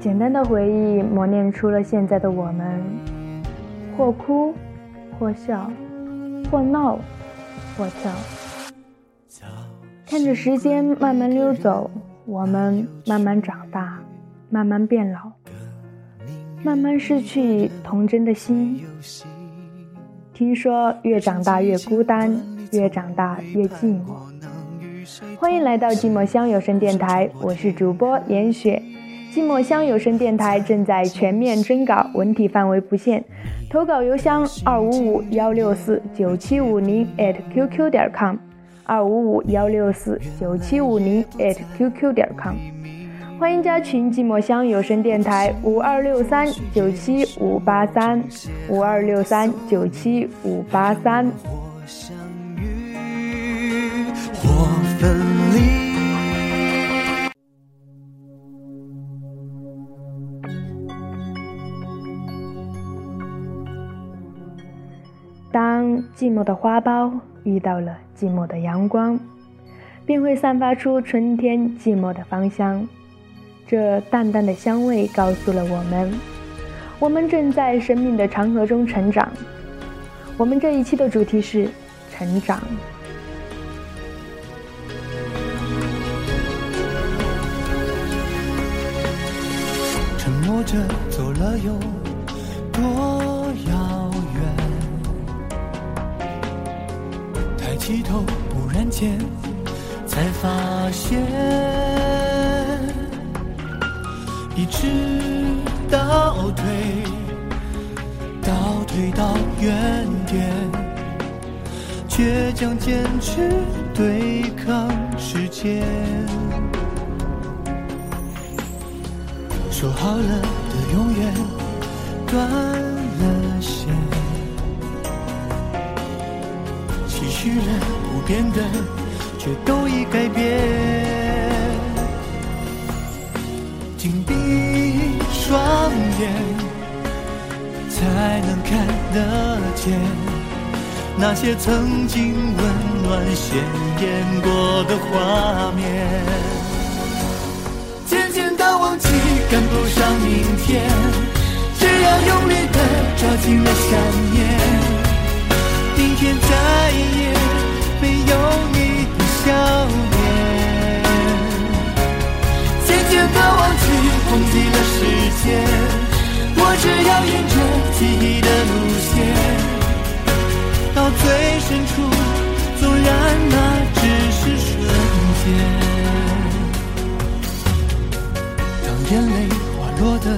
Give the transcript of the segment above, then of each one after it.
简单的回忆磨练出了现在的我们，或哭或笑，或闹或跳。看着时间慢慢溜走，我们慢慢长大，慢慢变老，慢慢失去童真的心。听说越长大越孤单，越长大越寂寞。欢迎来到寂寞乡有声电台，我是主播严雪。寂寞乡有声电台正在全面征稿，文体范围不限，投稿邮箱255-164-9750@qq.com 255-164-9750@qq.com。欢迎加群寂寞乡有声电台5263-97583 5263-97583。 或分离。 当寂寞的花苞遇到了寂寞的阳光，便会散发出春天寂寞的芳香。这淡淡的香味告诉了我们正在生命的长河中成长。我们这一期的主题是成长。 沉默着走了有多遥远，抬起头忽然间才发现，一直倒退到原点，倔强坚持对抗时间。说好了的永远断了线，期许了不变的却都已改变。紧闭双眼才能看得见那些曾经温暖鲜艳过的画面。渐渐的忘记赶不上明天，只要用力的抓紧了想念。明天再也没有你的笑脸，渐渐的忘记忘记了时间，我只要沿着记忆的路线，到最深处，纵然那只是瞬间。眼泪滑落的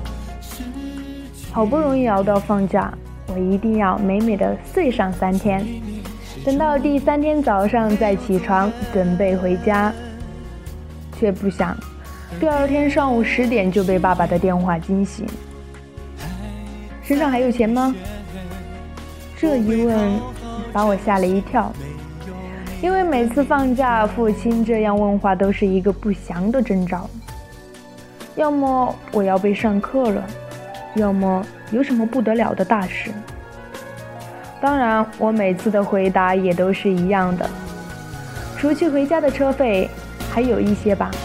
好不容易熬到放假，我一定要美美的睡上3天，等到第3天早上再起床准备回家。却不想第2天上午10点就被爸爸的电话惊醒。身上还有钱吗？这一问把我吓了一跳，因为每次放假父亲这样问话都是一个不祥的征兆，要么我要被上课了，要么有什么不得了的大事。当然我每次的回答也都是一样的，除去回家的车费还有一些吧。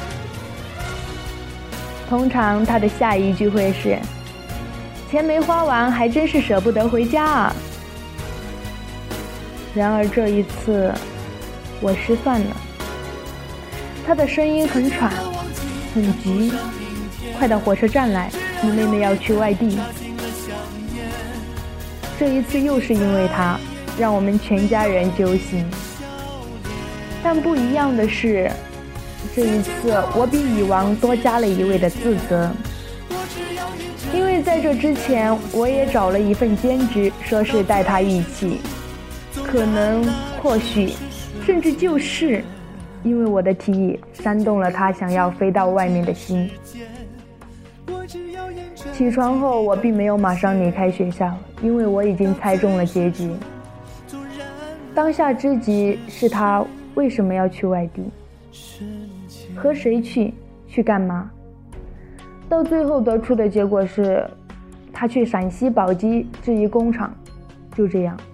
通常他的下一句会是，钱没花完还真是舍不得回家啊。然而这一次我失算了，他的声音很喘很急，快到火车站来，你妹妹要去外地。这一次又是因为他，让我们全家人揪心。但不一样的是，这一次我比以往多加了一位的自责，因为在这之前我也找了一份兼职，说是带他一起，可能或许甚至就是因为我的提议煽动了他想要飞到外面的心。起床后我并没有马上离开学校，因为我已经猜中了结局。当下之急是他为什么要去外地，和谁去，去干嘛。到最后得出的结果是他去陕西宝鸡制衣工厂，就这样。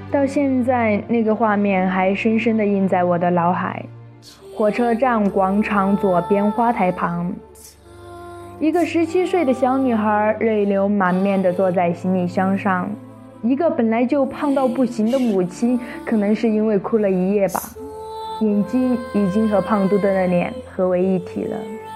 到现在那个画面还深深地印在我的脑海。火车站广场左边花台旁，一个17岁的小女孩泪流满面地坐在行李箱上，一个本来就胖到不行的母亲，可能是因为哭了一夜吧，眼睛已经和胖嘟嘟的脸合为一体了。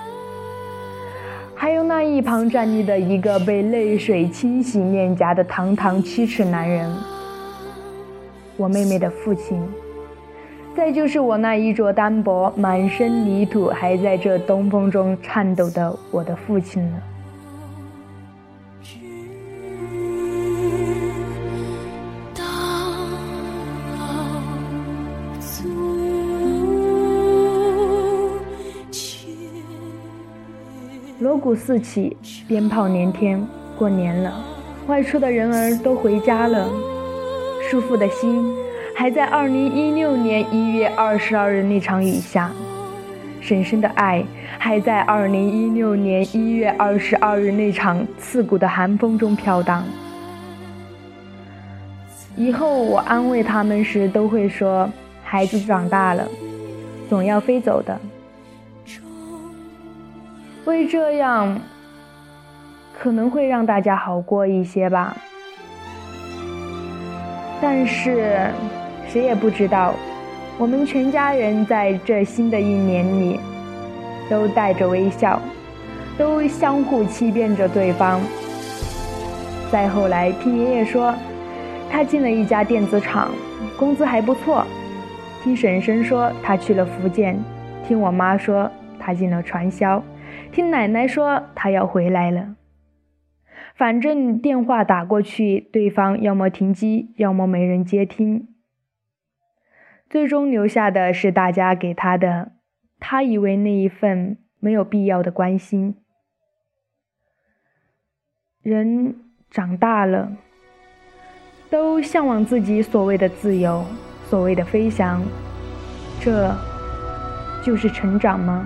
还有那一旁站立的一个被泪水清洗面颊的堂堂7尺男人，我妹妹的父亲。再就是我那衣着单薄满身泥土还在这东风中颤抖的我的父亲了。锣鼓四起，鞭炮连天，过年了，外出的人儿都回家了，叔父的心还在2016年1月22日那场雨下，婶婶的爱还在2016年1月22日那场刺骨的寒风中飘荡。以后我安慰他们时都会说，孩子长大了，总要飞走的。为这样可能会让大家好过一些吧，但是谁也不知道，我们全家人在这新的一年里都带着微笑，都相互欺骗着对方。再后来听爷爷说，他进了一家电子厂，工资还不错。听婶婶说他去了福建，听我妈说他进了传销，听奶奶说他要回来了。反正电话打过去，对方要么停机，要么没人接听。最终留下的是大家给他的，他以为那一份没有必要的关心。人长大了，都向往自己所谓的自由，所谓的飞翔，这就是成长吗？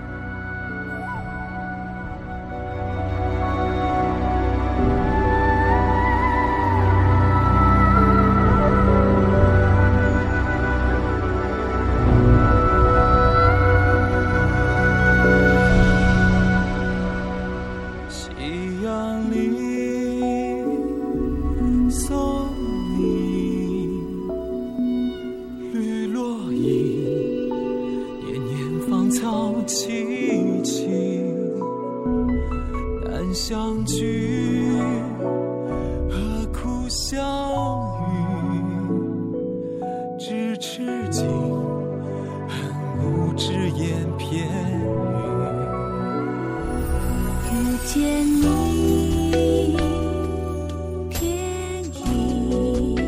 相聚何苦相遇，咫尺近，恨无只言片语。 遇见你便宜，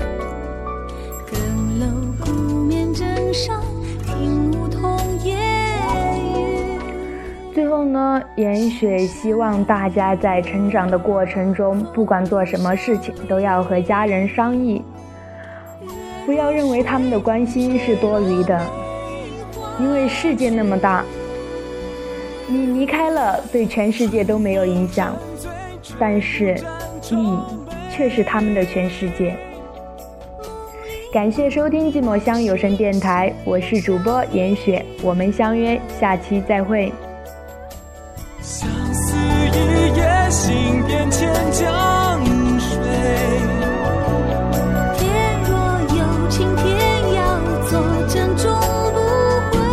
更楼鼓面枕上，听梧桐夜雨。 最后呢，严雪希望大家在成长的过程中，不管做什么事情都要和家人商议，不要认为他们的关心是多余的，因为世界那么大，你离开了对全世界都没有影响，但是你却是他们的全世界。感谢收听寂寞乡有声电台，我是主播严雪，我们相约下期再会。 相思一夜，心变千江水。 天若有情天要作珍重不悔。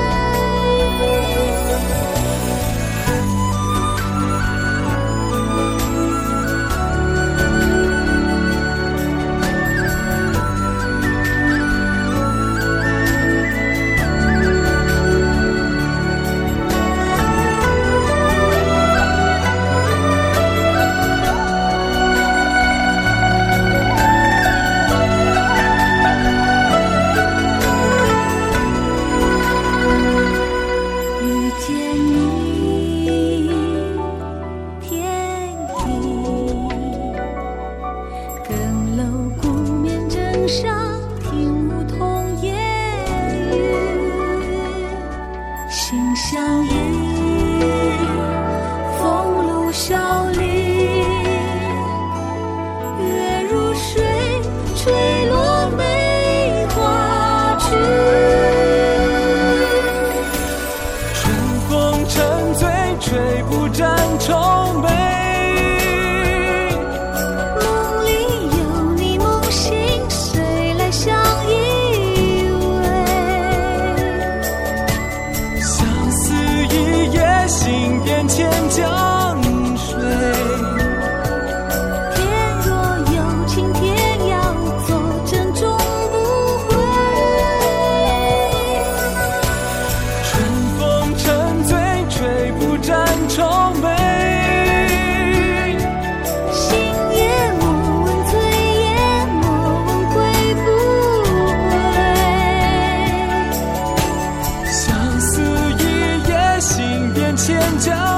心相依，风露笑里，月如水，垂落眉。 牵着